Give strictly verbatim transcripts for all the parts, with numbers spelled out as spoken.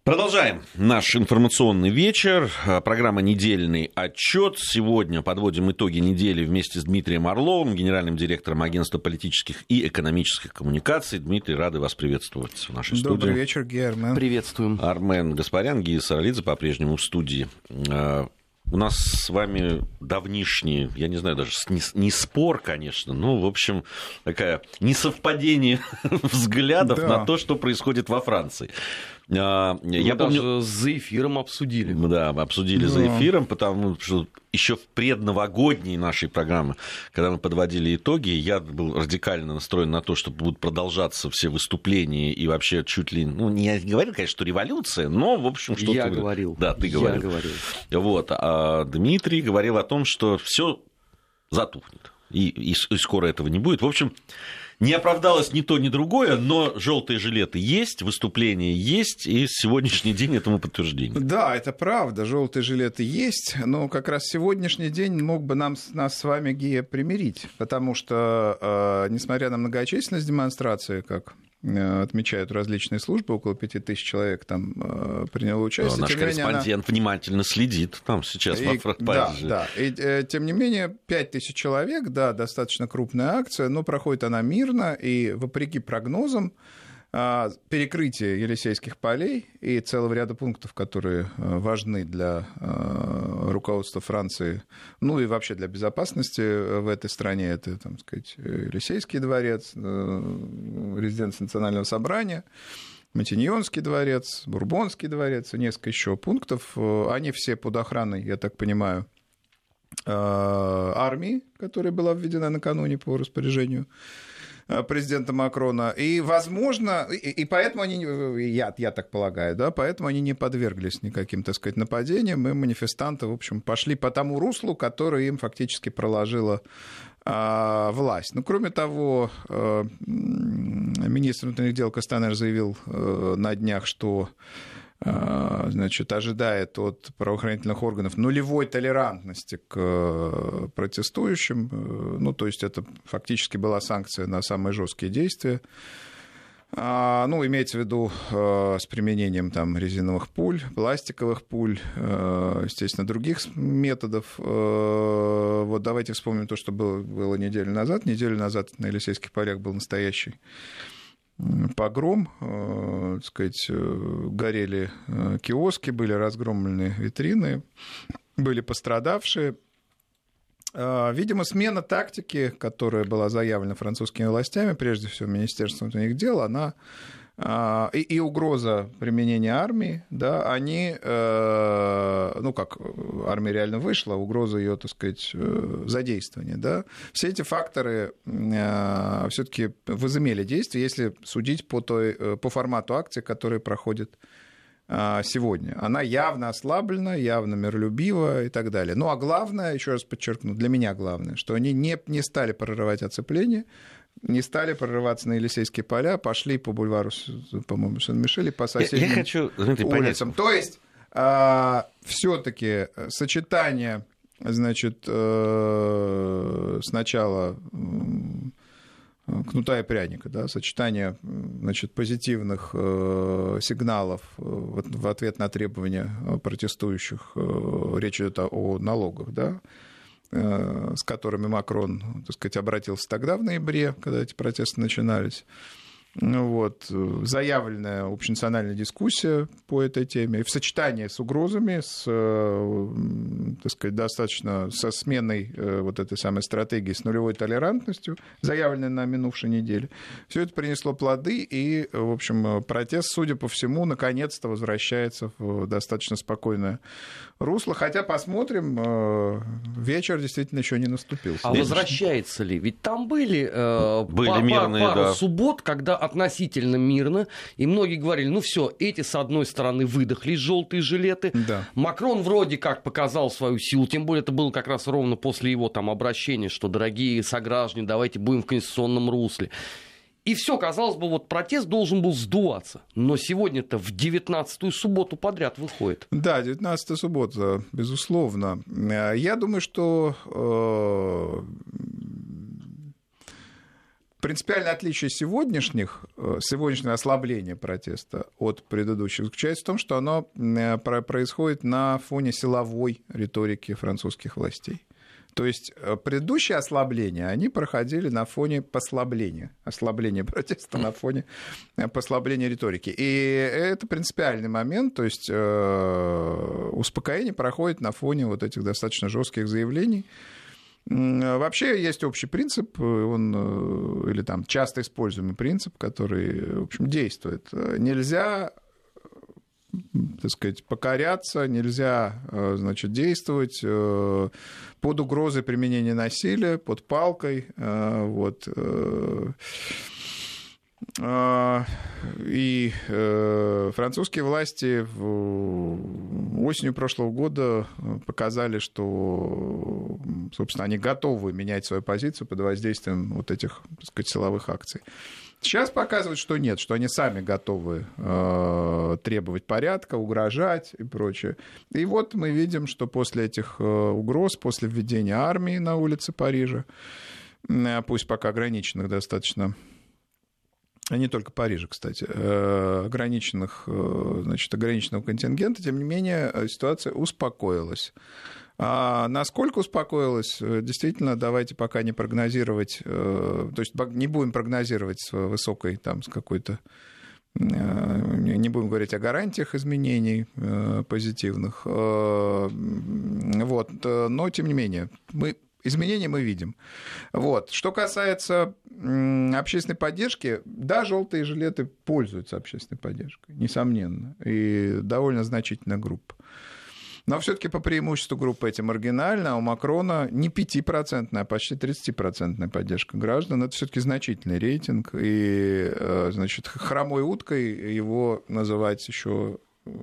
Продолжаем наш информационный вечер. Программа «Недельный отчет». Сегодня подводим итоги недели вместе с Дмитрием Орловым, генеральным директором Агентства политических и экономических коммуникаций. Дмитрий, рады вас приветствовать в нашей студии. Добрый вечер, Герман. Приветствуем. Армен Гаспарян, Гия Саралидзе по-прежнему в студии. У нас с вами давнишний, я не знаю, даже не, не спор, конечно, но, в общем, такое несовпадение взглядов да. на то, что происходит во Франции. Мы я даже помню, за эфиром обсудили. Да, мы обсудили да. за эфиром, потому что еще в предновогодней нашей программе, когда мы подводили итоги, я был радикально настроен на то, что будут продолжаться все выступления и вообще чуть ли... Ну, не говорил, конечно, что революция, но, в общем, что-то... Я говорил. Да, ты говорил. Я говорил. Вот. А Дмитрий говорил о том, что все затухнет, и, и, и скоро этого не будет. В общем... Не оправдалось ни то, ни другое, но желтые жилеты есть, выступления есть, и сегодняшний день этому подтверждение. Да, это правда, желтые жилеты есть, но как раз сегодняшний день мог бы нам, нас с вами, Гия, примирить, потому что, э, несмотря на многочисленность демонстрации, как отмечают различные службы, около пяти тысяч человек там э, приняло участие. Наш корреспондент она... внимательно следит там сейчас и, во Париже. Да, да. И, э, тем не менее, пять тысяч человек, да, достаточно крупная акция, но проходит она мирно, и вопреки прогнозам, э, перекрытие Елисейских полей и целого ряда пунктов, которые э, важны для э, руководства Франции, ну и вообще для безопасности в этой стране, это, так сказать, Елисейский дворец, э, резиденция Национального собрания, Матиньонский дворец, Бурбонский дворец и несколько еще пунктов. Они все под охраной, я так понимаю, армии, которая была введена накануне по распоряжению президента Макрона. И, возможно, и, и поэтому они, я, я так полагаю, да, поэтому они не подверглись никаким, так сказать, нападениям, и манифестанты, в общем, пошли по тому руслу, которое им фактически проложила а, власть. Ну, кроме того, а, министр внутренних дел Кастанер заявил а, на днях, что значит, ожидает от правоохранительных органов нулевой толерантности к протестующим. Ну, то есть это фактически была санкция на самые жесткие действия. Ну, имеется в виду с применением там резиновых пуль, пластиковых пуль, естественно, других методов. Вот давайте вспомним то, что было, было неделю назад. Неделю назад на Елисейских полях был настоящий погром, так сказать, горели киоски, были разгромлены витрины, были пострадавшие. Видимо, смена тактики, которая была заявлена французскими властями, прежде всего Министерством внутренних дел, она и, и угроза применения армии, да, они, ну как, армия реально вышла, угроза ее, так сказать, задействования, да, все эти факторы все-таки возымели действие, если судить по, той, по формату акции, которая проходит сегодня. Она явно ослаблена, явно миролюбива и так далее. Ну, а главное, еще раз подчеркну, для меня главное, что они не, не стали прорывать оцепление, не стали прорываться на Елисейские поля, пошли по бульвару, по-моему, Сен-Мишель, по соседним я, я хочу, Дмитрий, улицам. Понять. То есть, э, все-таки сочетание, значит, э, сначала э, кнута и пряника, да, сочетание, значит, позитивных э, сигналов э, в ответ на требования протестующих, э, речь идет о, о налогах, да, с которыми Макрон, так сказать, обратился тогда в ноябре, когда эти протесты начинались. Вот. Заявленная общенациональная дискуссия по этой теме. И в сочетании с угрозами, с, так сказать, достаточно со сменой вот этой самой стратегии с нулевой толерантностью, заявленной на минувшей неделе, все это принесло плоды, и, в общем, протест, судя по всему, наконец-то возвращается в достаточно спокойное русло. Хотя посмотрим, вечер действительно еще не наступил. А возвращается ли? Ведь там были, э, были пар, мирные, пару да. суббот, когда относительно мирно, и многие говорили, ну все, эти с одной стороны выдохли желтые жилеты, да. Макрон вроде как показал свою силу, тем более это было как раз ровно после его там обращения, что, дорогие сограждане, давайте будем в конституционном русле. И все, казалось бы, вот протест должен был сдуваться, но сегодня-то в девятнадцатую субботу подряд выходит. Да, девятнадцатая суббота, безусловно. Я думаю, что Принципиальное отличие сегодняшних, сегодняшнего ослабления протеста от предыдущих заключается в том, что оно происходит на фоне силовой риторики французских властей. То есть предыдущие ослабления, они проходили на фоне послабления, ослабления протеста на фоне послабления риторики. И это принципиальный момент, то есть успокоение проходит на фоне вот этих достаточно жестких заявлений. Вообще есть общий принцип, он, или там часто используемый принцип, который, в общем, действует. Нельзя, так сказать, покоряться, нельзя, значит, действовать под угрозой применения насилия, под палкой, вот. И французские власти осенью прошлого года показали, что, собственно, они готовы менять свою позицию под воздействием вот этих, так сказать, силовых акций. Сейчас показывают, что нет, что они сами готовы требовать порядка, угрожать и прочее. И вот мы видим, что после этих угроз, после введения армии на улице Парижа, пусть пока ограниченных достаточно, а не только Парижа, кстати, ограниченных, значит, ограниченного контингента, тем не менее, ситуация успокоилась. А насколько успокоилась, действительно, давайте пока не прогнозировать, то есть не будем прогнозировать с высокой, там, с какой-то, не будем говорить о гарантиях изменений позитивных, вот, но, тем не менее, мы... Изменения мы видим. Вот. Что касается общественной поддержки, да, желтые жилеты пользуются общественной поддержкой, несомненно, и довольно значительная группа. Но все-таки по преимуществу группа эти маргинальная, а у Макрона не пятипроцентная, а почти тридцатипроцентная поддержка граждан. Это все-таки значительный рейтинг, и, значит, хромой уткой его называть еще,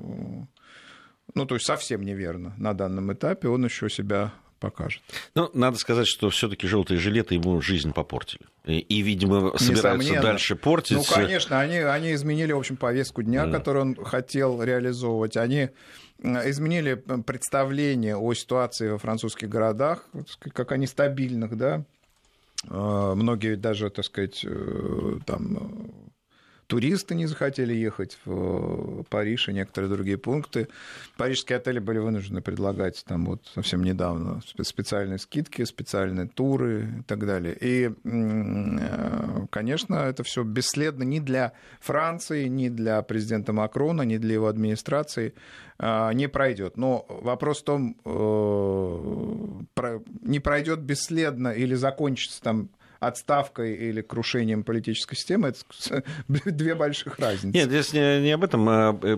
ну, то есть совсем неверно на данном этапе, он еще себя покажет. Ну, надо сказать, что все-таки желтые жилеты ему жизнь попортили. И, и видимо, собираются Несомненно. дальше портить. Ну, конечно, они, они изменили, в общем, повестку дня, да. которую он хотел реализовывать. Они изменили представление о ситуации во французских городах, как они стабильных, да. Многие даже, так сказать, там... Туристы не захотели ехать в Париж и некоторые другие пункты. Парижские отели были вынуждены предлагать там вот совсем недавно специальные скидки, специальные туры и так далее. И, конечно, это все бесследно ни для Франции, ни для президента Макрона, ни для его администрации не пройдет. Но вопрос в том, не пройдет бесследно или закончится там отставкой или крушением политической системы, это две больших разницы. Нет, здесь не, не об этом.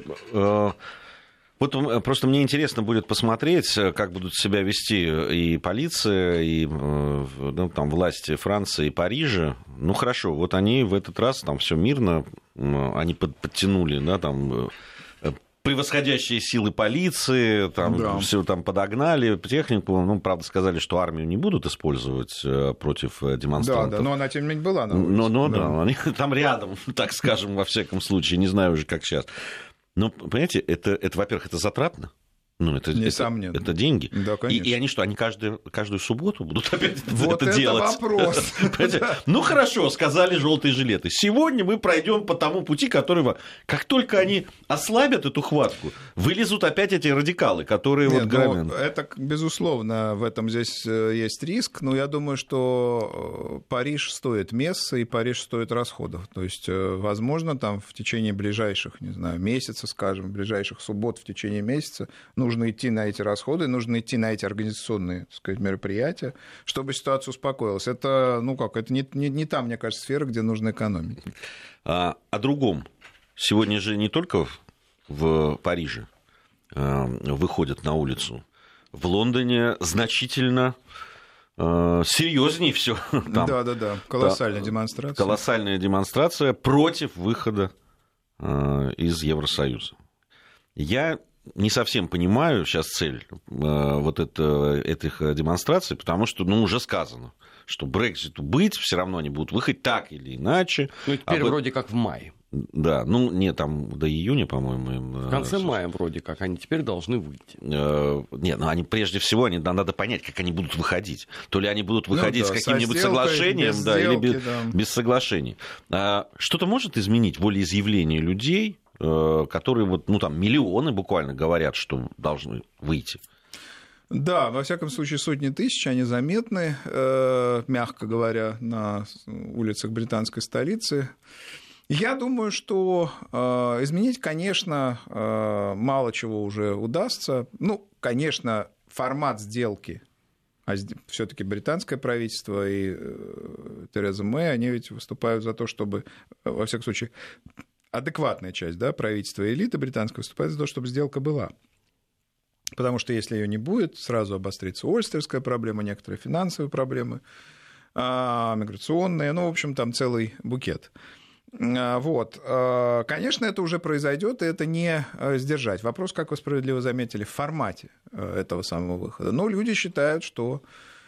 Вот просто мне интересно будет посмотреть, как будут себя вести и полиция, и ну, там, власти Франции и Парижа. Ну хорошо, вот они в этот раз там все мирно, они подтянули, да, там... превосходящие силы полиции, там, да. все там подогнали, технику. Ну, правда, сказали, что армию не будут использовать против демонстрантов. Да, да, но она, тем не менее, была на улице. Но, но да. да, они там рядом, так скажем, во всяком случае, не знаю уже, как сейчас. Но, понимаете, это, это во-первых, это затратно. Ну, это, Несомненно. Это, это деньги. Да, конечно. И, и они что, они каждую, каждую субботу будут опять вот это, это делать? Вот это вопрос. Ну, хорошо, сказали желтые жилеты. Сегодня мы пройдем по тому пути, который... Как только они ослабят эту хватку, вылезут опять эти радикалы, которые Нет, вот громят. Это, безусловно, в этом здесь есть риск, но я думаю, что Париж стоит места и Париж стоит расходов. То есть, возможно, там в течение ближайших, не знаю, месяца, скажем, ближайших суббот в течение месяца, ну, нужно идти на эти расходы, нужно идти на эти организационные, так сказать, мероприятия, чтобы ситуация успокоилась. Это, ну как, это не, не, не та, мне кажется, сфера, где нужно экономить. А, о другом. Сегодня же не только в Париже а, выходят на улицу. В Лондоне значительно а, серьезнее все. Да, да, да. Колоссальная демонстрация. Колоссальная демонстрация против выхода а, из Евросоюза. Я не совсем понимаю сейчас цель э, вот это, этих демонстраций, потому что, ну, уже сказано, что Брекситу быть, все равно они будут выходить так или иначе. Ну, теперь Об... вроде как в мае. Да, ну, не, там до июня, по-моему. Им, в конце мая вроде как, они теперь должны выйти. Э, нет, ну, они прежде всего, они, надо понять, как они будут выходить. То ли они будут выходить ну, да, с каким-нибудь со сделкой, соглашением, без да, сделки, или без, да. без соглашений. А, что-то может изменить волеизъявление людей, э, которые, вот, ну, там, миллионы буквально говорят, что должны выйти? Да, во всяком случае, сотни тысяч, они заметны, э, мягко говоря, на улицах британской столицы. Я думаю, что э, изменить, конечно, э, мало чего уже удастся. Ну, конечно, формат сделки, а все-таки британское правительство и э, Тереза Мэй, они ведь выступают за то, чтобы, во всяком случае, адекватная часть, да, правительства и элиты британской выступает за то, чтобы сделка была. Потому что если ее не будет, сразу обострится ольстерская проблема, некоторые финансовые проблемы, э, миграционные, ну, в общем, там целый букет. Вот. Конечно, это уже произойдет, и это не сдержать. Вопрос, как вы справедливо заметили, в формате этого самого выхода. Но люди считают, что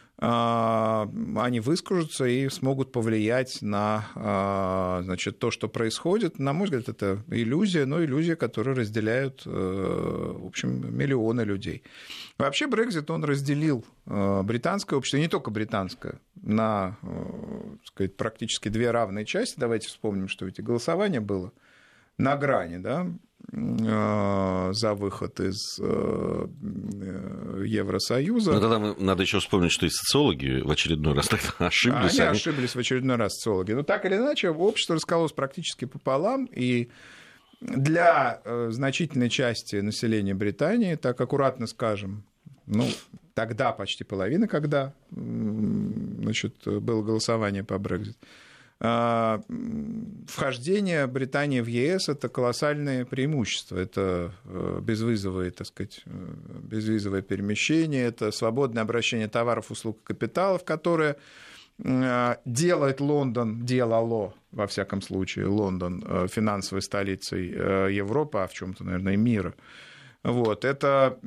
они выскажутся и смогут повлиять на, значит, то, что происходит. На мой взгляд, это иллюзия, но иллюзия, которую разделяют, в общем, миллионы людей. Вообще Брексит, он разделил британское общество, не только британское, на, так сказать, практически две равные части. Давайте вспомним, что ведь голосование было на грани, да, за выход из Евросоюза. Но тогда надо еще вспомнить, что и социологи в очередной раз тогда ошиблись. Они, они ошиблись в очередной раз, социологи. Но так или иначе, общество раскололось практически пополам, и для значительной части населения Британии, так аккуратно скажем, ну, тогда почти половина, когда, значит, было голосование по Брекситу, вхождение Британии в ЕС – это колоссальное преимущество. Это безвизовое, так сказать, безвизовое перемещение, это свободное обращение товаров, услуг и капиталов, которое делает Лондон, делало, во всяком случае, Лондон финансовой столицей Европы, а в чем-то, наверное, и мира. Вот. Это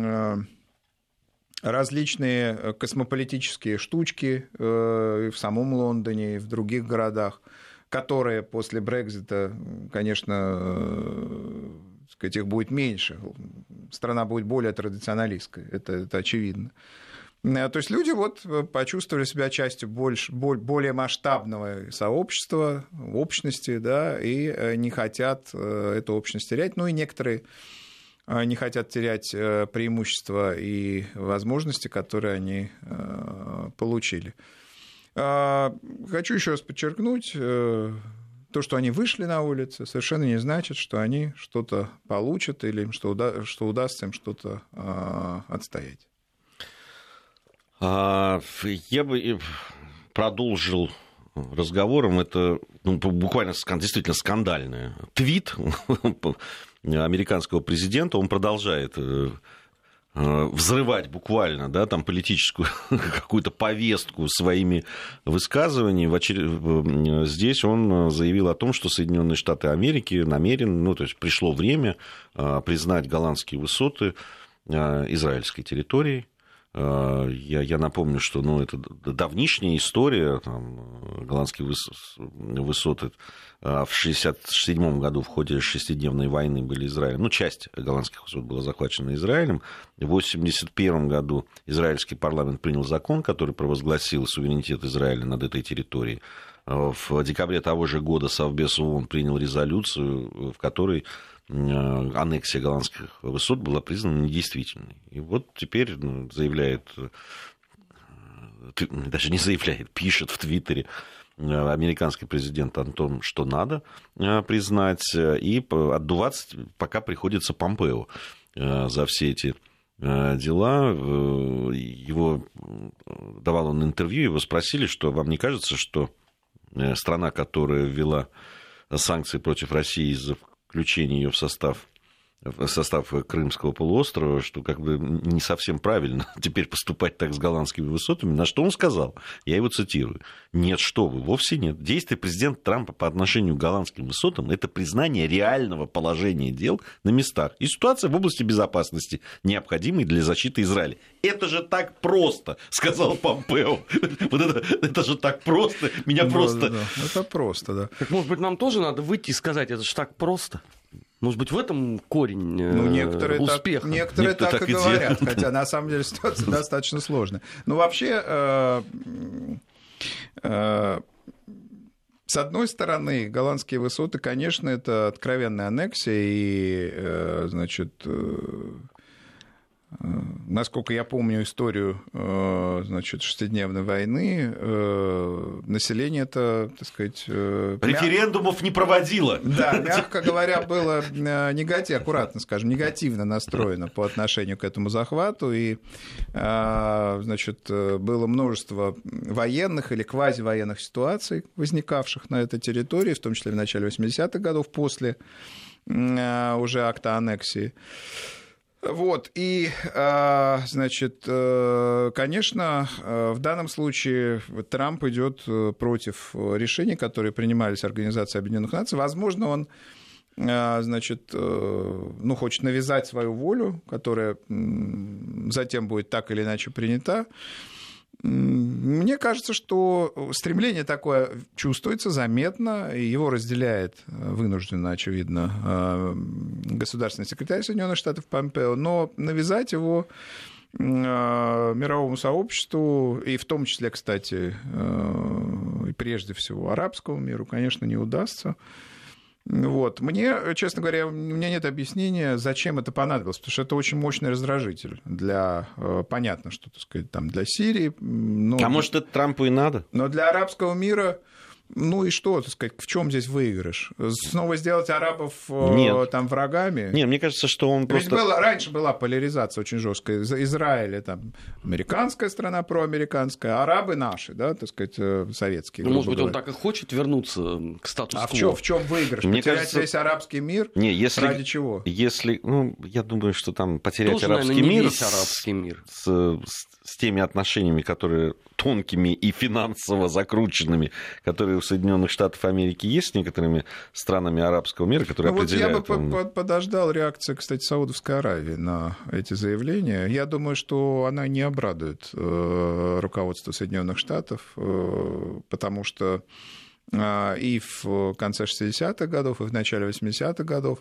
различные космополитические штучки в самом Лондоне и в других городах, которые после Брексита, конечно, сказать, их будет меньше. Страна будет более традиционалистской, это, это очевидно. То есть люди вот почувствовали себя частью больше, более масштабного сообщества, общности, да, и не хотят эту общность терять. Ну и некоторые не хотят терять преимущества и возможности, которые они получили. Хочу еще раз подчеркнуть, то, что они вышли на улицы, совершенно не значит, что они что-то получат или им что, уда- что удастся им что-то отстоять. Я бы продолжил разговором. Это ну, буквально действительно скандальный твит американского президента. Он продолжает взрывать буквально, да, там политическую какую-то повестку своими высказываниями. Здесь он заявил о том, что Соединенные Штаты Америки намерены, ну, то есть пришло время признать голландские высоты израильской территорией. Я, я напомню, что ну, это давнишняя история, там, голландские высоты в шестьдесят седьмом году в ходе шестидневной войны были Израилем, ну, часть голландских высот была захвачена Израилем. В восемьдесят первом году израильский парламент принял закон, который провозгласил суверенитет Израиля над этой территорией. В декабре того же года Совбез ООН принял резолюцию, в которой аннексия голландских высот была признана недействительной. И вот теперь заявляет, даже не заявляет, пишет в Твиттере американский президент о том, что надо признать, и отдуваться пока приходится Помпео за все эти дела. Его давал он интервью, его спросили, что вам не кажется, что страна, которая ввела санкции против России из-за включение ее в состав в состав Крымского полуострова, что как бы не совсем правильно теперь поступать так с голландскими высотами. На что он сказал? Я его цитирую. Нет, что вы, вовсе нет. Действия президента Трампа по отношению к голландским высотам – это признание реального положения дел на местах и ситуация в области безопасности, необходимой для защиты Израиля. Это же так просто, сказал Помпео. Вот это, это же так просто. Меня да, просто... Да, да. Это просто, да. Так, может быть, нам тоже надо выйти и сказать, это же так просто? Может быть, в этом корень э, ну, некоторые успеха? Так, некоторые Никто так, так и и говорят, делает. хотя на самом деле ситуация достаточно сложная. Но вообще, э, э, с одной стороны, голландские высоты, конечно, это откровенная аннексия, и, э, значит... Э, Насколько я помню историю, значит, шестидневной войны, население это, так сказать... Референдумов не проводило. Да, мягко говоря, было негативно, аккуратно скажем, негативно настроено по отношению к этому захвату, и, значит, было множество военных или квазивоенных ситуаций, возникавших на этой территории, в том числе в начале восьмидесятых годов, после уже акта аннексии. Вот, и, значит, конечно, в данном случае Трамп идет против решений, которые принимались Организацией Объединенных Наций. Возможно, он, значит, ну, хочет навязать свою волю, которая затем будет так или иначе принята. Мне кажется, что стремление такое чувствуется заметно, и его разделяет вынужденно, очевидно, государственный секретарь Соединенных Штатов Помпео, но навязать его мировому сообществу, и в том числе, кстати, и прежде всего арабскому миру, конечно, не удастся. Вот. Мне, честно говоря, у меня нет объяснения, зачем это понадобилось, потому что это очень мощный раздражитель для, понятно, что, так сказать, там, для Сирии. Но, а может, это Трампу и надо? Но для арабского мира... Ну и что, так сказать, в чем здесь выигрыш? Снова сделать арабов Нет. там врагами? Нет, мне кажется, что он просто... Ведь было, раньше была поляризация очень жесткая. Израиль, там, американская страна проамериканская, арабы наши, да, так сказать, советские. Ну, может быть, говоря. он так и хочет вернуться к статус-кво. А в чем, в чем выигрыш? Мне Потерять кажется... весь арабский мир? Не, если... Ради чего? Если, ну, я думаю, что там потерять Тоже, арабский наверное, не мир, весь арабский мир. С, с, с теми отношениями, которые тонкими и финансово закрученными, которые у Соединенных Штатов Америки есть с некоторыми странами арабского мира, которые ну, определяют... Вот я бы он... подождал реакции, кстати, Саудовской Аравии на эти заявления. Я думаю, что она не обрадует э, руководство Соединенных Штатов, э, потому что э, и в конце шестидесятых годов, и в начале восьмидесятых годов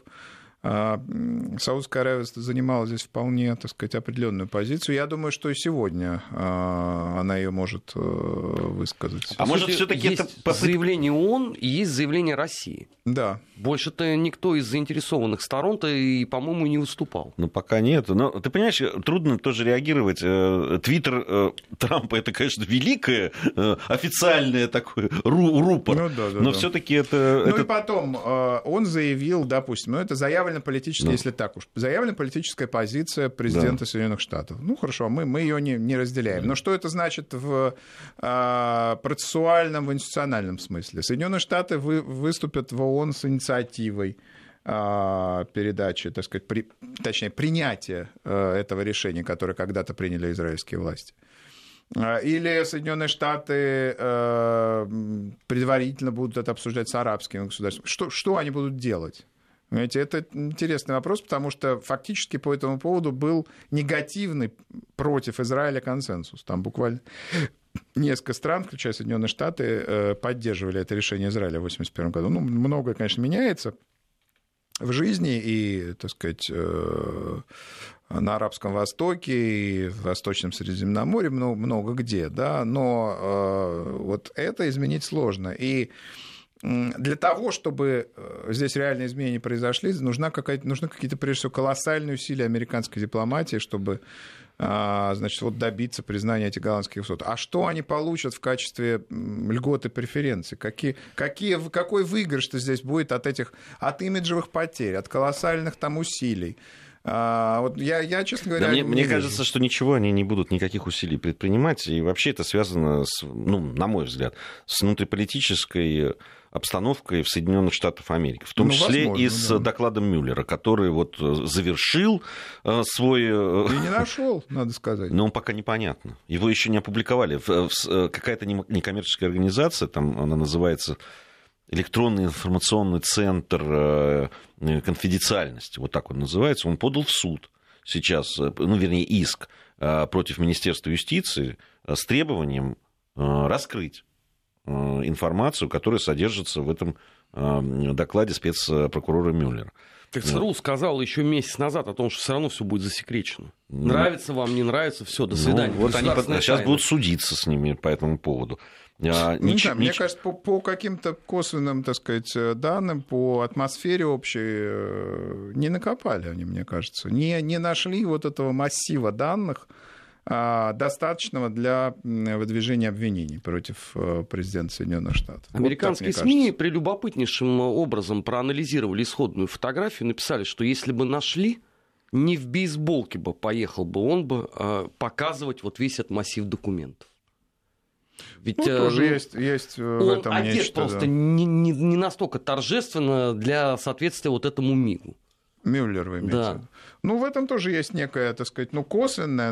Саудовская Аравия занимала здесь вполне, так сказать, определенную позицию. Я думаю, что и сегодня она ее может высказать. А может, все-таки это заявление ООН и есть заявление России? Да. Больше-то никто из заинтересованных сторон-то и, по-моему, не выступал. Ну, пока нет. Но ты понимаешь, трудно тоже реагировать. Твиттер Трампа — это, конечно, великое официальное такое рупор. Ну, да, да, но да. все-таки это. Ну это... и потом он заявил, допустим, ну это заявлено политическая, если так уж, заявлена политическая позиция президента да. Соединенных Штатов. Ну, хорошо, мы, мы ее не, не разделяем. Да. Но что это значит в а, процессуальном, в институциональном смысле? Соединенные Штаты вы, выступят в ООН с инициативой а, передачи, так сказать, при, точнее, принятия а, этого решения, которое когда-то приняли израильские власти. Или Соединенные Штаты а, предварительно будут это обсуждать с арабскими государствами. Что, что они будут делать? Понимаете, это интересный вопрос, потому что фактически по этому поводу был негативный против Израиля консенсус. Там буквально несколько стран, включая Соединенные Штаты, поддерживали это решение Израиля в восемьдесят первом году. Ну, многое, конечно, меняется в жизни и, так сказать, на Арабском Востоке и в Восточном Средиземноморье, много, много где, да, но вот это изменить сложно. И для того, чтобы здесь реальные изменения произошли, нужна какая-то, нужны какие-то, прежде всего, колоссальные усилия американской дипломатии, чтобы, значит, вот добиться признания этих голландских высот. А что они получат в качестве льгот и преференций? Какие, какие, какой выигрыш-то здесь будет от этих, от имиджевых потерь, от колоссальных там усилий? А, вот я, я, честно говоря, да, мне, мне вижу. кажется, что ничего они не будут никаких усилий предпринимать, и вообще это связано, с, ну, на мой взгляд, с внутриполитической обстановкой в Соединенных Штатах Америки, в том ну, числе возможно, и с да. докладом Мюллера, который вот завершил свой... И не нашел, надо сказать. Но он пока непонятно. Его еще не опубликовали. Какая-то некоммерческая организация, там она называется электронный информационный центр конфиденциальности, вот так он называется, он подал в суд сейчас, ну, вернее, иск против Министерства юстиции с требованием раскрыть информацию, которая содержится в этом докладе спецпрокурора Мюллера. Так ЦРУ сказал еще месяц назад о том, что все равно все будет засекречено. Ну, нравится вам, не нравится, все, до свидания. Ну, вот они сейчас будут судиться с ними по этому поводу. А, ну, нич... да, мне нич... кажется, по, по каким-то косвенным, так сказать, данным, по атмосфере общей не накопали они, мне кажется. Не, не нашли вот этого массива данных, достаточного для выдвижения обвинений против президента Соединенных Штатов. Американские вот так, СМИ прелюбопытнейшим образом проанализировали исходную фотографию, написали, что если бы нашли, не в бейсболке бы поехал бы он бы показывать вот весь этот массив документов. Ведь ну, тоже ну, есть, есть в он этом одет нечто, просто да. не, не, не настолько торжественно для соответствия вот этому мигу. Мюллер, вы имеете да. в виду? Ну, в этом тоже есть некое, так сказать, ну, косвенное,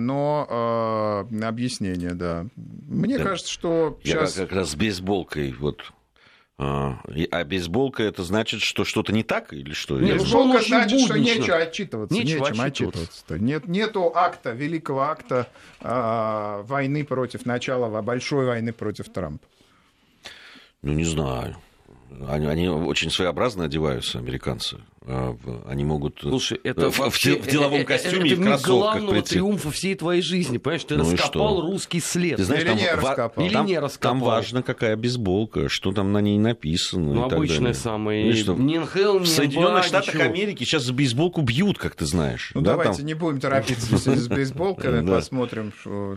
но э, объяснение, да. Мне да. кажется, что сейчас... Я как раз с бейсболкой, вот... А, а бейсболка, это значит, что что-то не так или что? Нет, бейсболка значит, буднично. что нечего отчитываться. Нечего нечем отчитываться. отчитываться. Нет, нету акта, великого акта э, войны против начала, большой войны против Трампа. Ну, не знаю. Они, они очень своеобразно одеваются, американцы. Они могут Слушай, это в, в, в деловом костюме и в кроссовках главного прийти. Триумфа всей твоей жизни, понимаешь? Ты ну раскопал русский след. Ты знаешь, Или там, не раскопал. Или там, не раскопал. Там важно, какая бейсболка, что там на ней написано. Ну, обычная самая. Ни эн ха эл, ни в Соединенных Штатах Америки сейчас за бейсболку бьют, как ты знаешь. Ну, да, давайте там... не будем торопиться с бейсболкой, посмотрим,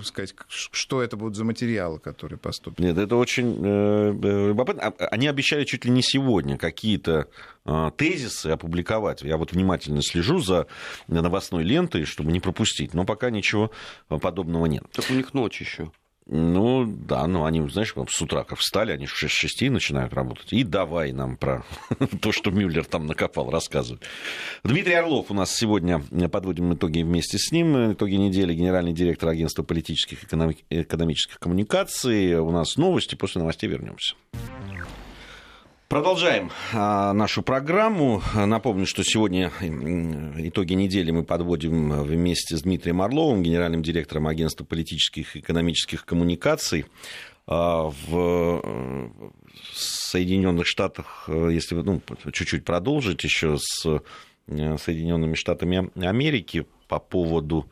что это будут за материалы, которые поступят. Нет, это очень любопытно. Они обещали чуть ли не сегодня какие-то тезисы опубликовать. Я вот внимательно слежу за новостной лентой, чтобы не пропустить, но пока ничего подобного нет. Так у них ночь еще. Ну, да, ну они, знаешь, с утра как встали, они в шесть начинают работать. И давай нам про то, что Мюллер там накопал, рассказывать. Дмитрий Орлов у нас сегодня, подводим итоги вместе с ним. Итоги недели, генеральный директор агентства политических и экономических коммуникаций. У нас новости, после новостей вернемся. Продолжаем а, нашу программу. Напомню, что сегодня итоги недели мы подводим вместе с Дмитрием Орловым, генеральным директором агентства политических и экономических коммуникаций. А, в Соединенных Штатах, если ну, чуть-чуть продолжить еще с Соединенными Штатами Америки по поводу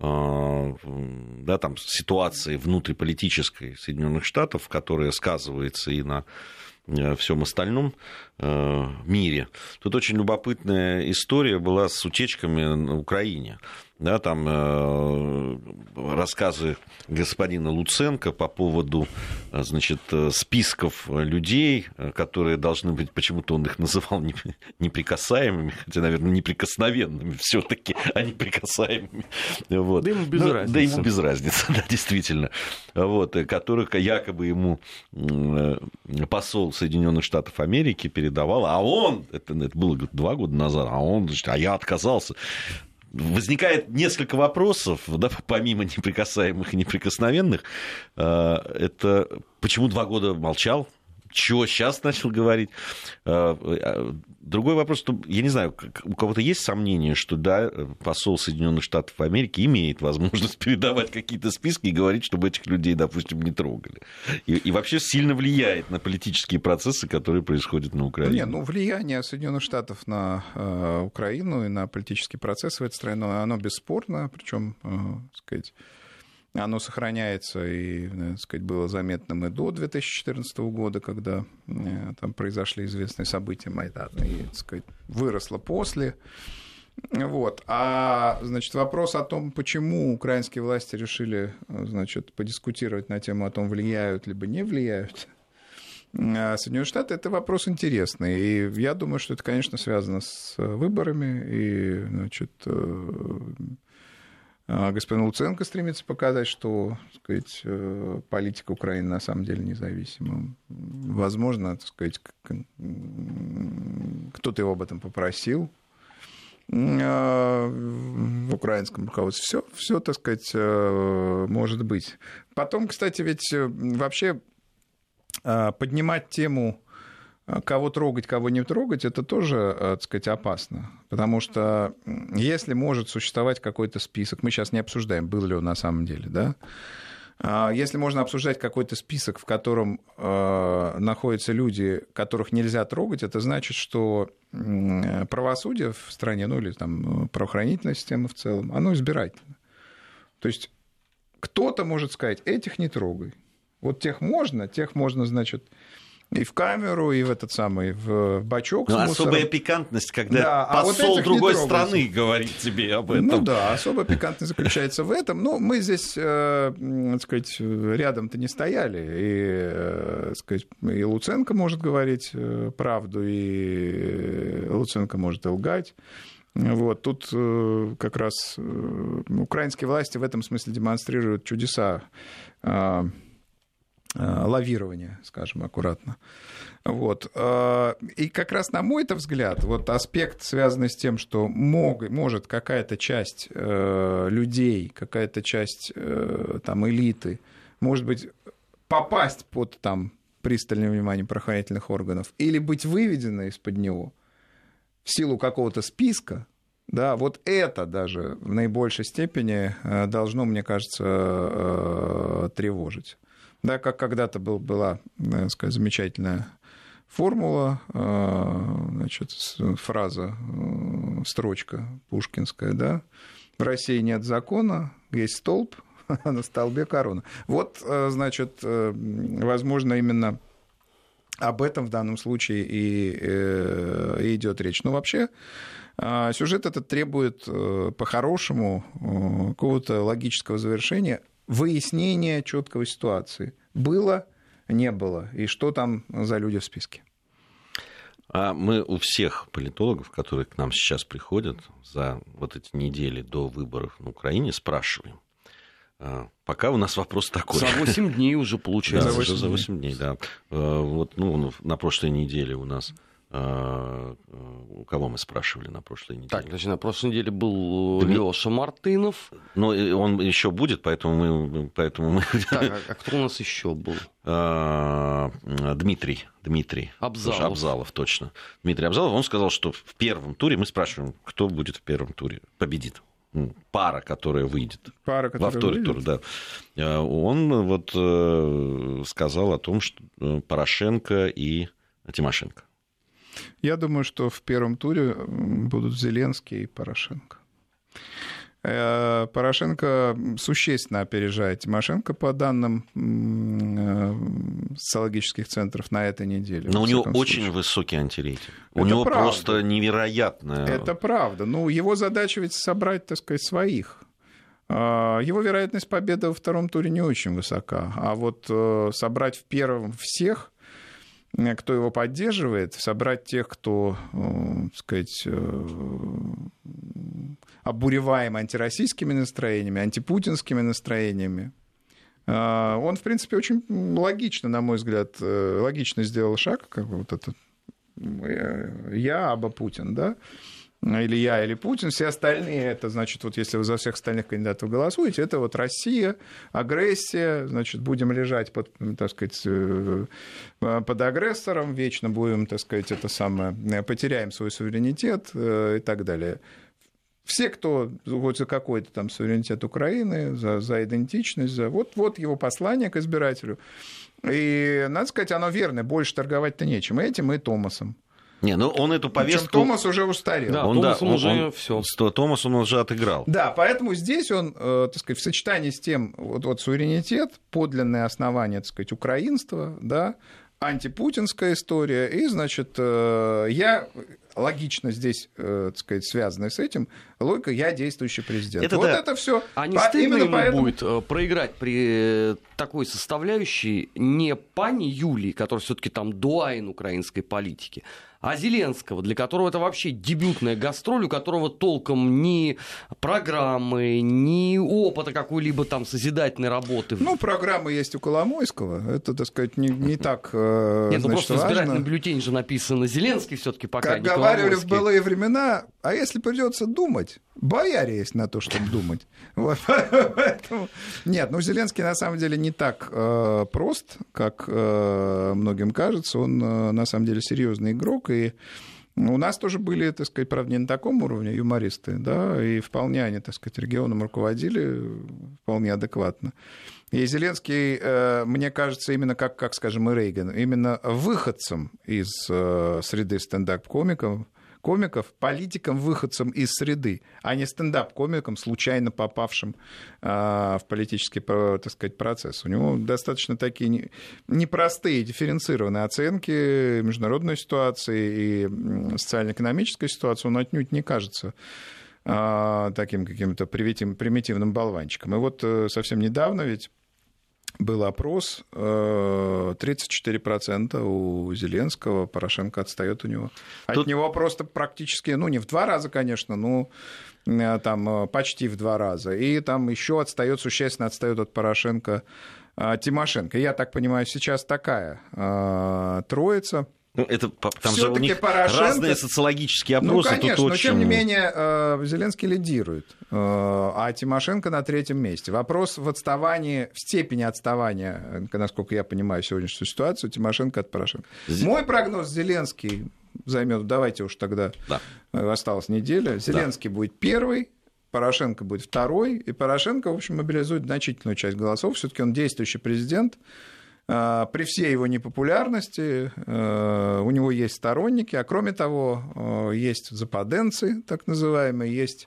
да, там, ситуации внутриполитической Соединенных Штатов, которая сказывается и на всем остальном э, мире. Тут очень любопытная история была с утечками на Украине. Да, там э, рассказы господина Луценко по поводу, значит, списков людей, которые должны быть, почему-то он их называл неприкасаемыми, хотя, наверное, неприкосновенными все-таки, а неприкасаемыми. Вот. Да ему без ну, разницы. Да ему без разницы, да, действительно. Вот, которых якобы ему посол Соединенных Штатов Америки передавал, а он, это, это было два года назад, а он, значит, а я отказался. Возникает несколько вопросов, да, помимо неприкасаемых и неприкосновенных. Это почему два года молчал? Чего сейчас начал говорить? Другой вопрос, что, я не знаю, у кого-то есть сомнение, что да, посол Соединенных Штатов Америки имеет возможность передавать какие-то списки и говорить, чтобы этих людей, допустим, не трогали. И, и вообще сильно влияет на политические процессы, которые происходят на Украине. Нет, ну, влияние Соединенных Штатов на э, Украину и на политические процессы в этой стране, оно бесспорно, причем, э, так сказать, оно сохраняется и, так сказать, было заметным и до две тысячи четырнадцатого года, когда э, там произошли известные события Майдана, и, так сказать, выросло после. Вот. А, значит, вопрос о том, почему украинские власти решили, значит, подискутировать на тему о том, влияют либо не влияют Соединенные Штаты, это вопрос интересный. И я думаю, что это, конечно, связано с выборами и, значит, господин Луценко стремится показать, что, так сказать, политика Украины на самом деле независима. Возможно, так сказать, кто-то его об этом попросил в украинском руководстве. Все, все, так сказать, может быть. Потом, кстати, ведь вообще поднимать тему, кого трогать, кого не трогать, это тоже, так сказать, опасно. Потому что если может существовать какой-то список, мы сейчас не обсуждаем, был ли он на самом деле, да? Если можно обсуждать какой-то список, в котором находятся люди, которых нельзя трогать, это значит, что правосудие в стране, ну или там правоохранительная система в целом, оно избирательно. То есть кто-то может сказать, этих не трогай. Вот тех можно, тех можно, значит, и в камеру, и в этот самый, в бачок. Но особая пикантность, когда да, посол а вот другой страны говорит тебе об этом. Ну да, особая пикантность заключается в этом. Ну, мы здесь, э, так сказать, рядом-то не стояли. И, э, так сказать, и Луценко может говорить правду, и Луценко может и лгать. Вот, тут э, как раз э, украинские власти в этом смысле демонстрируют чудеса э, лавирование, скажем аккуратно. Вот. И как раз, на мой взгляд, вот аспект, связанный с тем, что мог, может какая-то часть людей, какая-то часть там, элиты, может быть, попасть под там, пристальное внимание правоохранительных органов или быть выведена из-под него в силу какого-то списка, да, вот это даже в наибольшей степени должно, мне кажется, тревожить. Да, как когда-то был, была, так сказать, замечательная формула, значит, фраза, строчка пушкинская, да, в России нет закона, есть столб, а на столбе корона. Вот, значит, возможно, именно об этом в данном случае и, и идет речь. Но вообще сюжет этот требует по-хорошему какого-то логического завершения, выяснение четкой ситуации. Было, не было, и что там за люди в списке. А мы у всех политологов, которые к нам сейчас приходят за вот эти недели до выборов на Украине, спрашиваем. Пока у нас вопрос такой. За восемь дней уже получается. Да, за, за восемь дней, да. Вот, ну, на прошлой неделе у нас... У кого мы спрашивали на прошлой неделе? Так, значит, на прошлой неделе был Дми... Лёша Мартынов. Ну, он еще будет, поэтому мы... Поэтому мы... Так, а кто у нас еще был? Дмитрий. Дмитрий. Абзалов. Абзалов, точно. Дмитрий Абзалов, он сказал, что в первом туре, мы спрашиваем, кто будет в первом туре, победит. Пара, которая выйдет Пара, которая во второй выйдет. тур, да. Он вот сказал о том, что Порошенко и Тимошенко. Я думаю, что в первом туре будут Зеленский и Порошенко. Порошенко существенно опережает Тимошенко по данным социологических центров на этой неделе. Но у него очень случае. высокий антирейтинг. У Это него правда. просто невероятное... Это правда. Ну, его задача ведь собрать, так сказать, своих. Его вероятность победы во втором туре не очень высока. А вот собрать в первом всех... кто его поддерживает, собрать тех, кто, так сказать, обуреваем антироссийскими настроениями, антипутинскими настроениями. Он, в принципе, очень логично, на мой взгляд, логично сделал шаг, как бы вот этот «я, аба Путин», да, или я, или Путин, все остальные, это значит, вот если вы за всех остальных кандидатов голосуете, это вот Россия, агрессия, значит, будем лежать под, так сказать, под агрессором, вечно будем, так сказать, это самое, потеряем свой суверенитет и так далее. Все, кто хоть за какой-то там суверенитет Украины, за, за идентичность, за... Вот, вот его послание к избирателю. И, надо сказать, оно верное, больше торговать-то нечем. И этим, и Томасом. Не, ну он эту повестку... Причем Томас уже устарел. Да, он, Томас да, он, он уже все. Томас он уже отыграл. Да, поэтому здесь он, так сказать, в сочетании с тем, вот, вот суверенитет, подлинное основание, так сказать, украинства, да, антипутинская история, и, значит, я логично здесь, так сказать, связанная с этим, логика «я действующий президент». Это вот да. это все. А не стыдно ему поэтому... будет проиграть при такой составляющей не пани Юлии, которая все-таки там дуаин украинской политики, а Зеленского, для которого это вообще дебютная гастроль, у которого толком ни программы, ни опыта какой-либо там созидательной работы. Ну, программа есть у Коломойского, это, так сказать, не, не так э, Нет, ну значит, просто важно. В избирательном бюллетене же написано Зеленский все-таки пока, как не говаривали в Коломойский. былые времена, а если придется думать, бояре есть на то, чтобы думать. Вот, поэтому... Нет, ну Зеленский на самом деле не так э, прост, как э, многим кажется. Он э, на самом деле серьезный игрок, и у нас тоже были, так сказать, правда, не на таком уровне юмористы, да, и вполне они, так сказать, регионом руководили вполне адекватно. И Зеленский, э, мне кажется, именно как, как, скажем, и Рейган, именно выходцем из э, среды стендап-комиков, комиков, политикам, выходцем из среды, а не стендап-комикам, случайно попавшим а, в политический, так сказать, процесс. У него достаточно такие непростые, дифференцированные оценки международной ситуации и социально-экономической ситуации. Он отнюдь не кажется а, таким каким-то примитивным болванчиком. И вот совсем недавно ведь был опрос, тридцать четыре процента у Зеленского, Порошенко отстает у него. От Тут... него просто практически, ну, не в два раза, конечно, но там почти в два раза. И там еще отстает, существенно отстает от Порошенко Тимошенко. Я так понимаю, сейчас такая троица. Ну, это, там же у них Порошенко... разные социологические опросы. Ну, конечно, тут но очень... тем не менее Зеленский лидирует, а Тимошенко на третьем месте. Вопрос в отставании, в степени отставания, насколько я понимаю сегодняшнюю ситуацию, Тимошенко от Порошенко. З... Мой прогноз: Зеленский займет, давайте уж тогда, да. Осталась неделя, Зеленский да. будет первый, Порошенко будет второй, и Порошенко, в общем, мобилизует значительную часть голосов. Все-таки он действующий президент. При всей его непопулярности у него есть сторонники, а кроме того, есть западенцы, так называемые, есть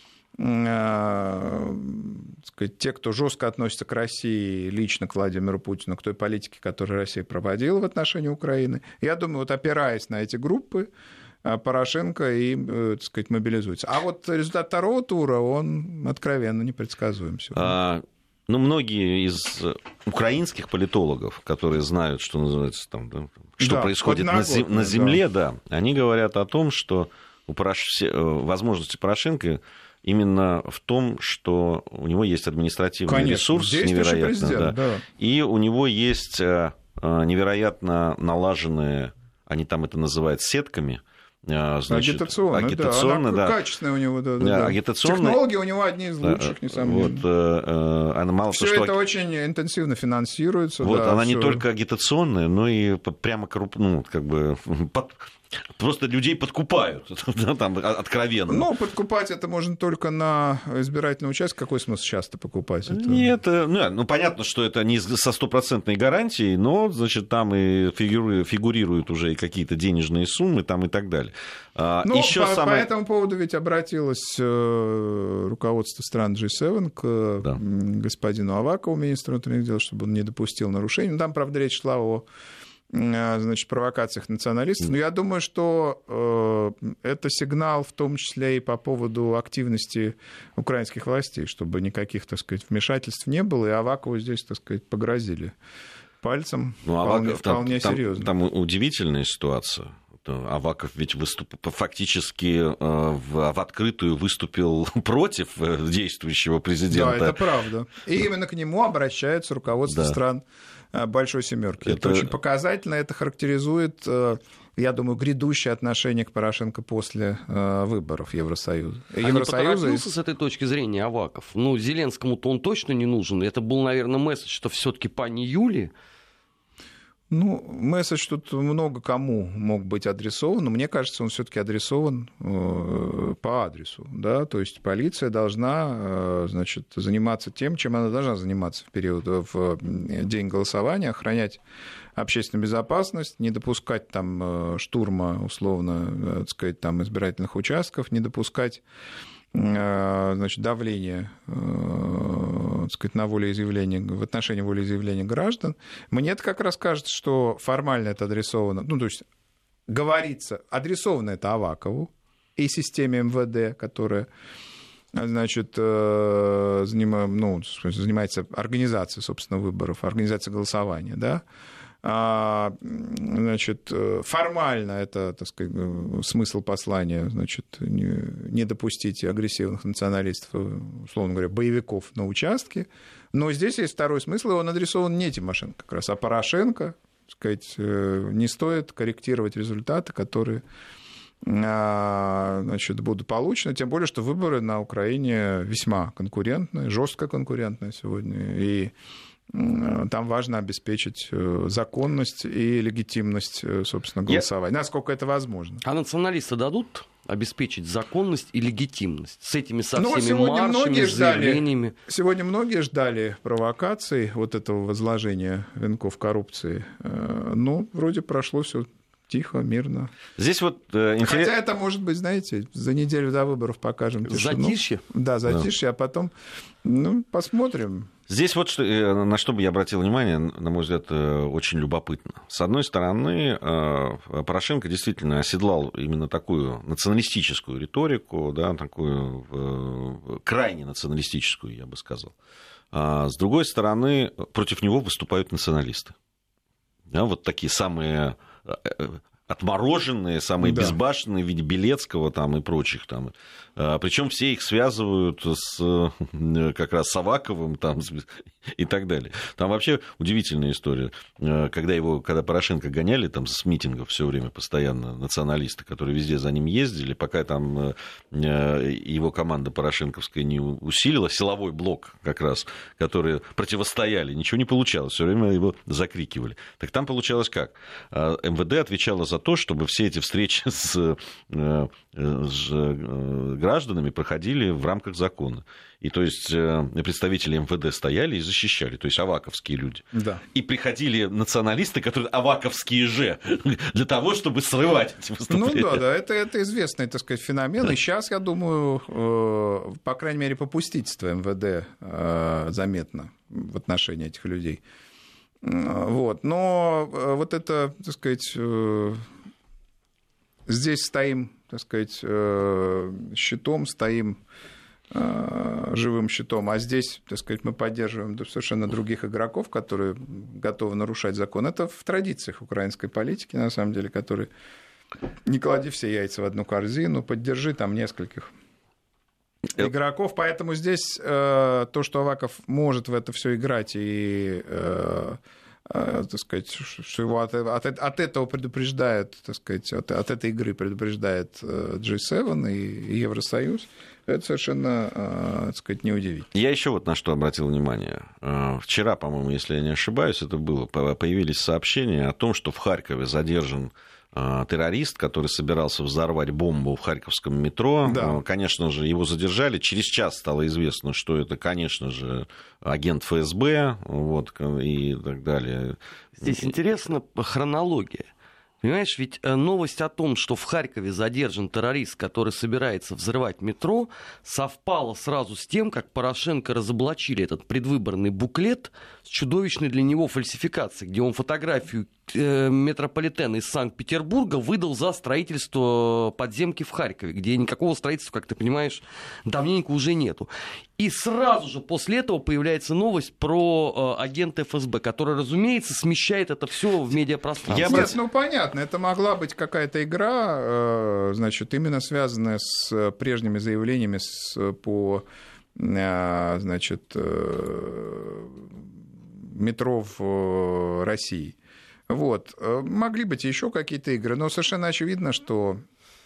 сказать, те, кто жестко относится к России, лично к Владимиру Путину, к той политике, которую Россия проводила в отношении Украины. Я думаю, вот опираясь на эти группы, Порошенко и, так сказать, мобилизуется. А вот результат второго тура, он откровенно непредсказуем сегодня. Ну, многие из украинских политологов, которые знают, что называется, там, да, что да, происходит на, зем... на земле, да. да, они говорят о том, что у Порош... возможности Порошенко именно в том, что у него есть административный Конечно, ресурс невероятно, да, да. и у него есть невероятно налаженные, они там это называют сетками, значит, агитационно, агитационно, да, да. Качественная у него, да, да, да. да. Агитационно... Технологии у него одни из лучших, да, несомненно. Вот, э, она мало все то, что... это очень интенсивно финансируется. Вот, да, она всё. не только агитационная, но и прямо корруп... ну, как бы под... просто людей подкупают, там, откровенно. Ну, подкупать это можно только на избирательном участке. Какой смысл часто покупать? Это... Нет, ну, ну, понятно, что это не со стопроцентной гарантией, но, значит, там и фигурируют, фигурируют уже и какие-то денежные суммы там и так далее. Ну, Еще по, самое... по этому поводу ведь обратилось руководство стран джи семь к да. господину Авакову, министру внутренних дел, чтобы он не допустил нарушений. Ну, там, правда, речь шла о значит, провокациях националистов. Но я думаю, что э, это сигнал в том числе и по поводу активности украинских властей, чтобы никаких, так сказать, вмешательств не было, и Авакову здесь, так сказать, погрозили пальцем. Ну, вполне, Аваков, вполне там, серьезно. Там, там удивительная ситуация. Аваков ведь выступ... фактически в, в открытую выступил против действующего президента. Да, это правда. И именно к нему обращается руководство да. стран Большой Семерки. Это... это очень показательно, это характеризует, я думаю, грядущее отношение к Порошенко после выборов Евросоюза. А Евросоюза не поторопился и... с этой точки зрения Аваков? Ну, Зеленскому-то он точно не нужен. Это был, наверное, месседж, что все-таки пани Юлии. Ну, месседж тут много кому мог быть адресован, но мне кажется, он все-таки адресован э, по адресу, да, то есть полиция должна, э, значит, заниматься тем, чем она должна заниматься в период, в день голосования, охранять общественную безопасность, не допускать там штурма, условно, так сказать, там избирательных участков, не допускать, значит, давление, так сказать, на волеизъявление, в отношении волеизъявления граждан. Мне это как раз кажется, что формально это адресовано, ну, то есть говорится, адресовано это Авакову и системе эм вэ дэ, которая, значит, занима, ну, занимается организацией, собственно, выборов, организацией голосования, да. Значит, формально это, так сказать, смысл послания, значит, не допустить агрессивных националистов, условно говоря, боевиков на участке. Но здесь есть второй смысл, и он адресован не Тимошенко как раз, а Порошенко. Так сказать, не стоит корректировать результаты, которые, значит, будут получены, тем более, что выборы на Украине весьма конкурентные, жестко конкурентные сегодня, и там важно обеспечить законность и легитимность, собственно, голосования, Я... насколько это возможно. А националисты дадут обеспечить законность и легитимность с этими со ну, всеми маршами, заявлениями? Ждали, сегодня многие ждали провокаций, вот этого возложения венков коррупции. Ну, вроде прошло все тихо, мирно. Здесь вот э, интерес... Хотя это может быть, знаете, за неделю до выборов покажем тишину. Затишье? Да, затишье, да. А потом, ну, посмотрим. Здесь вот что, на что бы я обратил внимание, на мой взгляд, очень любопытно. С одной стороны, Порошенко действительно оседлал именно такую националистическую риторику, да, такую крайне националистическую, я бы сказал. А с другой стороны, против него выступают националисты. Да, вот такие самые отмороженные, самые да. безбашенные в виде Белецкого там, и прочих. Там. Причем все их связывают с, как раз с Аваковым там, и так далее. Там вообще удивительная история. Когда, его, когда Порошенко гоняли там, с митингов все время постоянно националисты, которые везде за ним ездили, пока там его команда порошенковская не усилила, силовой блок как раз, которые противостояли, ничего не получалось, все время его закрикивали. Так там получалось как? эм вэ дэ отвечало за то, чтобы все эти встречи с, с гражданами проходили в рамках закона. И то есть представители эм вэ дэ стояли и защищали, то есть аваковские люди. Да. И приходили националисты, которые аваковские же, для того, чтобы срывать эти выступления. Ну да, да, это, это известный, так сказать, феномен. И сейчас, я думаю, по крайней мере, попустительство эм вэ дэ заметно в отношении этих людей. Вот. Но вот это, так сказать, здесь стоим, так сказать, щитом, стоим живым щитом, а здесь, так сказать, мы поддерживаем совершенно других игроков, которые готовы нарушать закон. Это в традициях украинской политики, на самом деле, которые не клади все яйца в одну корзину, поддержи там нескольких игроков, поэтому здесь э, то, что Аваков может в это все играть и, э, э, так сказать, что его от, от, от этого предупреждает, так сказать, от, от этой игры предупреждает джи семь и Евросоюз, это совершенно, э, так сказать, неудивительно. Я еще вот на что обратил внимание. Вчера, по-моему, если я не ошибаюсь, это было, появились сообщения о том, что в Харькове задержан террорист, который собирался взорвать бомбу в харьковском метро. Да. Конечно же, его задержали. Через час стало известно, что это, конечно же, агент эф эс бэ, вот, и так далее. Здесь интересна хронология. Понимаешь, ведь новость о том, что в Харькове задержан террорист, который собирается взрывать метро, совпала сразу с тем, как Порошенко разоблачили этот предвыборный буклет с чудовищной для него фальсификацией, где он фотографию метрополитена из Санкт-Петербурга выдал за строительство подземки в Харькове, где никакого строительства, как ты понимаешь, давненько уже нету. И сразу же после этого появляется новость про агента эф эс бэ, который, разумеется, смещает это все в медиапространство. Нет, ну понятно, это могла быть какая-то игра, значит, именно связанная с прежними заявлениями по, значит, метро в России. Вот. Могли быть еще какие-то игры, но совершенно очевидно, что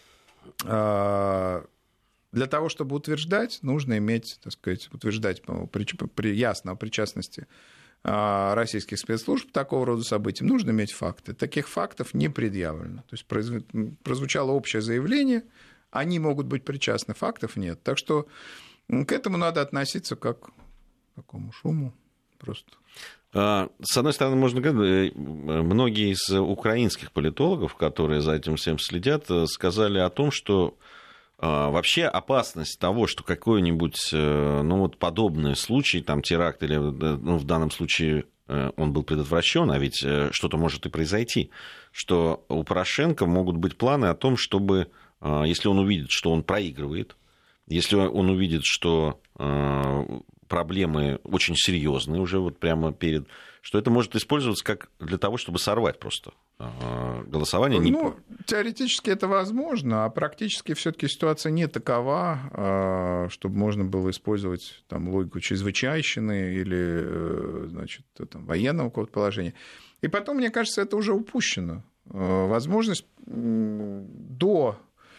для того, чтобы утверждать, нужно иметь, так сказать, утверждать при, ясно о причастности российских спецслужб к такого рода событиям, нужно иметь факты. Таких фактов не предъявлено. То есть прозвучало общее заявление, они могут быть причастны, фактов нет. Так что к этому надо относиться как к такому шуму просто. С одной стороны, можно говорить, многие из украинских политологов, которые за этим всем следят, сказали о том, что вообще опасность того, что какой-нибудь, ну, вот подобный случай, там, теракт или, ну, в данном случае, он был предотвращен, а ведь что-то может и произойти, что у Порошенко могут быть планы о том, чтобы, если он увидит, что он проигрывает, если он увидит, что проблемы очень серьезные уже вот прямо перед, что это может использоваться как для того, чтобы сорвать просто голосование. Ну, теоретически это возможно, а практически все-таки ситуация не такова, чтобы можно было использовать там логику чрезвычайщины или, значит, там, военного какого-то положения. И потом, мне кажется, это уже упущено. Возможность до,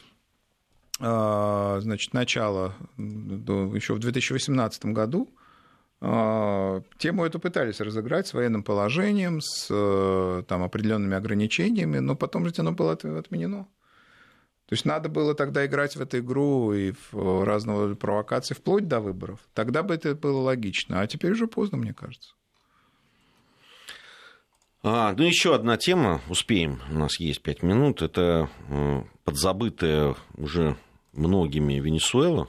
значит, начала, до, еще в две тысячи восемнадцатом году тему эту пытались разыграть с военным положением, с там, определенными ограничениями, но потом же оно было отменено. То есть надо было тогда играть в эту игру и в разного рода провокации вплоть до выборов. Тогда бы это было логично, а теперь уже поздно, мне кажется. А, ну, еще одна тема, успеем, у нас есть пять минут, это подзабытая уже многими Венесуэла.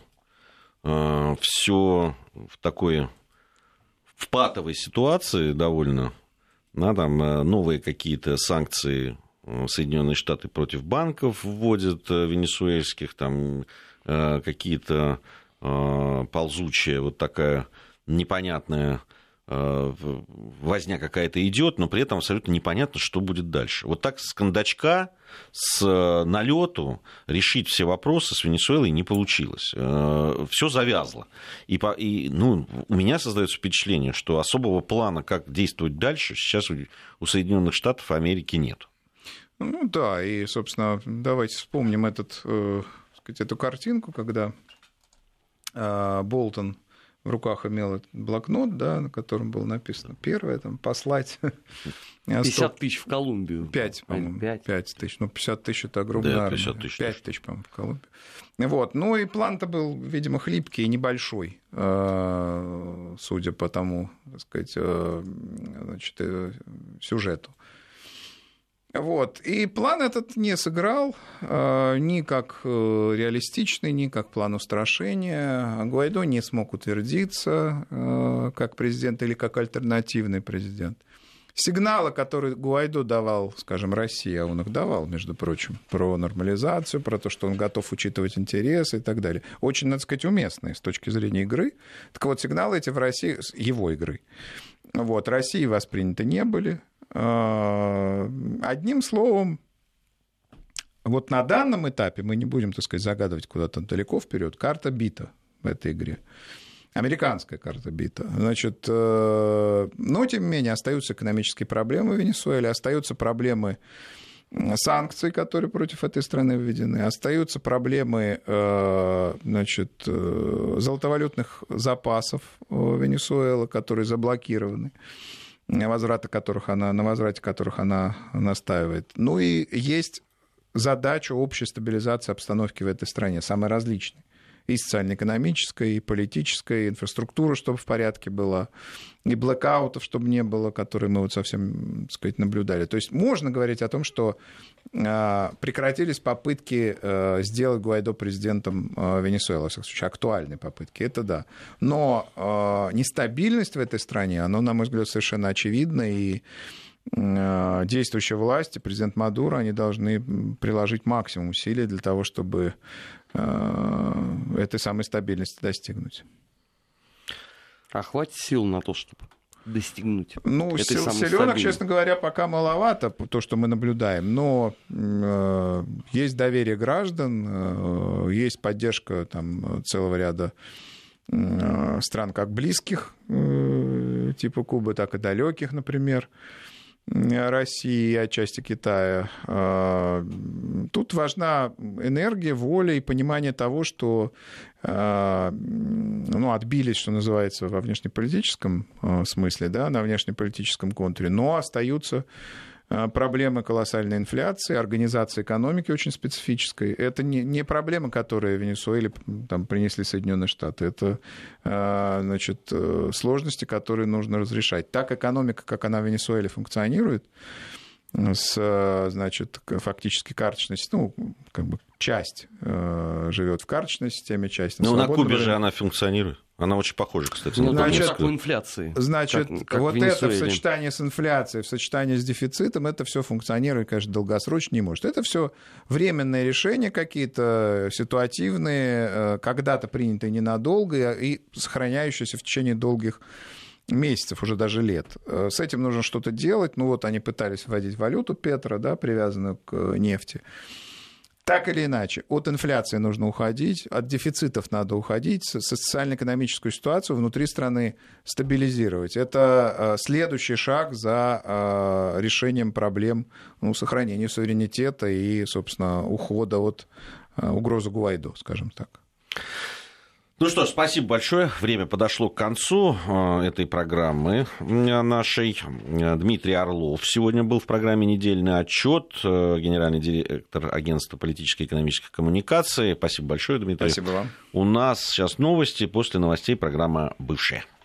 Все в такой... в патовой ситуации довольно, да, там новые какие-то санкции Соединенные Штаты против банков вводят венесуэльских, там какие-то ползучая вот такая непонятная возня какая-то идет, но при этом абсолютно непонятно, что будет дальше. Вот так с кондачка, с налету решить все вопросы с Венесуэлой не получилось. Все завязло. И, по, и ну, у меня создается впечатление, что особого плана, как действовать дальше, сейчас у, у Соединенных Штатов Америки нет. Ну да, и, собственно, давайте вспомним этот, э, сказать, эту картинку, когда э, Болтон в руках имел этот блокнот, да, на котором было написано первое, там, послать... пятьдесят тысяч в Колумбию. пять, по-моему. пять. пять тысяч. Ну, пятьдесят тысяч — это огромная да, армия. тысяч, пять тысяч, по-моему, в Колумбию. Вот. Ну, и план-то был, видимо, хлипкий и небольшой, судя по тому, так сказать, значит, сюжету. Вот. И план этот не сыграл э, ни как реалистичный, ни как план устрашения. Гуайдо не смог утвердиться э, как президент или как альтернативный президент. Сигналы, которые Гуайдо давал, скажем, России, а он их давал, между прочим, про нормализацию, про то, что он готов учитывать интересы и так далее, очень, надо сказать, уместные с точки зрения игры. Так вот, сигналы эти в России, его игры, вот, России восприняты не были. Одним словом, вот на данном этапе, мы не будем, так сказать, загадывать куда-то далеко вперед, карта бита в этой игре. Американская карта бита. Значит, но, тем не менее, остаются экономические проблемы в Венесуэле, остаются проблемы санкций, которые против этой страны введены, остаются проблемы, значит, золотовалютных запасов Венесуэлы, которые заблокированы, возврата которых она, на возврате которых она настаивает. Ну и есть задача общей стабилизации обстановки в этой стране, самой различной. И социально-экономическая, и политическая, и инфраструктура, чтобы в порядке была, и блэкаутов, чтобы не было, которые мы вот совсем, так сказать, наблюдали. То есть можно говорить о том, что прекратились попытки сделать Гуайдо президентом Венесуэлы, во всяком случае, актуальные попытки, это да. Но нестабильность в этой стране, она, на мой взгляд, совершенно очевидна, и действующая власть и президент Мадуро, они должны приложить максимум усилий для того, чтобы этой самой стабильности достигнуть. А хватит сил на то, чтобы достигнуть ну, этой сил, самой силёнок, стабильности? честно говоря, пока маловато, то, что мы наблюдаем, но э, есть доверие граждан, э, есть поддержка там, целого ряда э, стран как близких, э, типа Кубы, так и далеких, например, России и отчасти Китая. Тут важна энергия, воля и понимание того, что ну, отбились, что называется, во внешнеполитическом смысле, да, на внешнеполитическом контуре, но остаются проблемы колоссальной инфляции, организации экономики очень специфической. Это не, не проблема, которую Венесуэле там, принесли Соединенные Штаты. Это значит, сложности, которые нужно разрешать. Так экономика, как она в Венесуэле функционирует, с, значит, фактически карточной, ну, как бы часть э, живет в карточной системе, часть на свободном. Ну, на Кубе время. же она функционирует. Она очень похожа, кстати. Ну, на значит, как у инфляции. Значит, как, как вот это в сочетании с инфляцией, в сочетании с дефицитом, это все функционировать, конечно, долгосрочно не может. Это все временные решения какие-то, ситуативные, когда-то принятые ненадолго и сохраняющиеся в течение долгих месяцев, уже даже лет. С этим нужно что-то делать. Ну вот они пытались вводить валюту Петро, да, привязанную к нефти. Так или иначе, от инфляции нужно уходить, от дефицитов надо уходить, социально-экономическую ситуацию внутри страны стабилизировать. Это следующий шаг за решением проблем, ну, сохранения суверенитета и, собственно, ухода от угрозы Гуайдо, скажем так. Ну что ж, спасибо большое. Время подошло к концу этой программы нашей. Дмитрий Орлов сегодня был в программе «Недельный отчет», генеральный директор агентства политической и экономической коммуникации. Спасибо большое, Дмитрий. Спасибо вам. У нас сейчас новости. После новостей программа «Бывшая».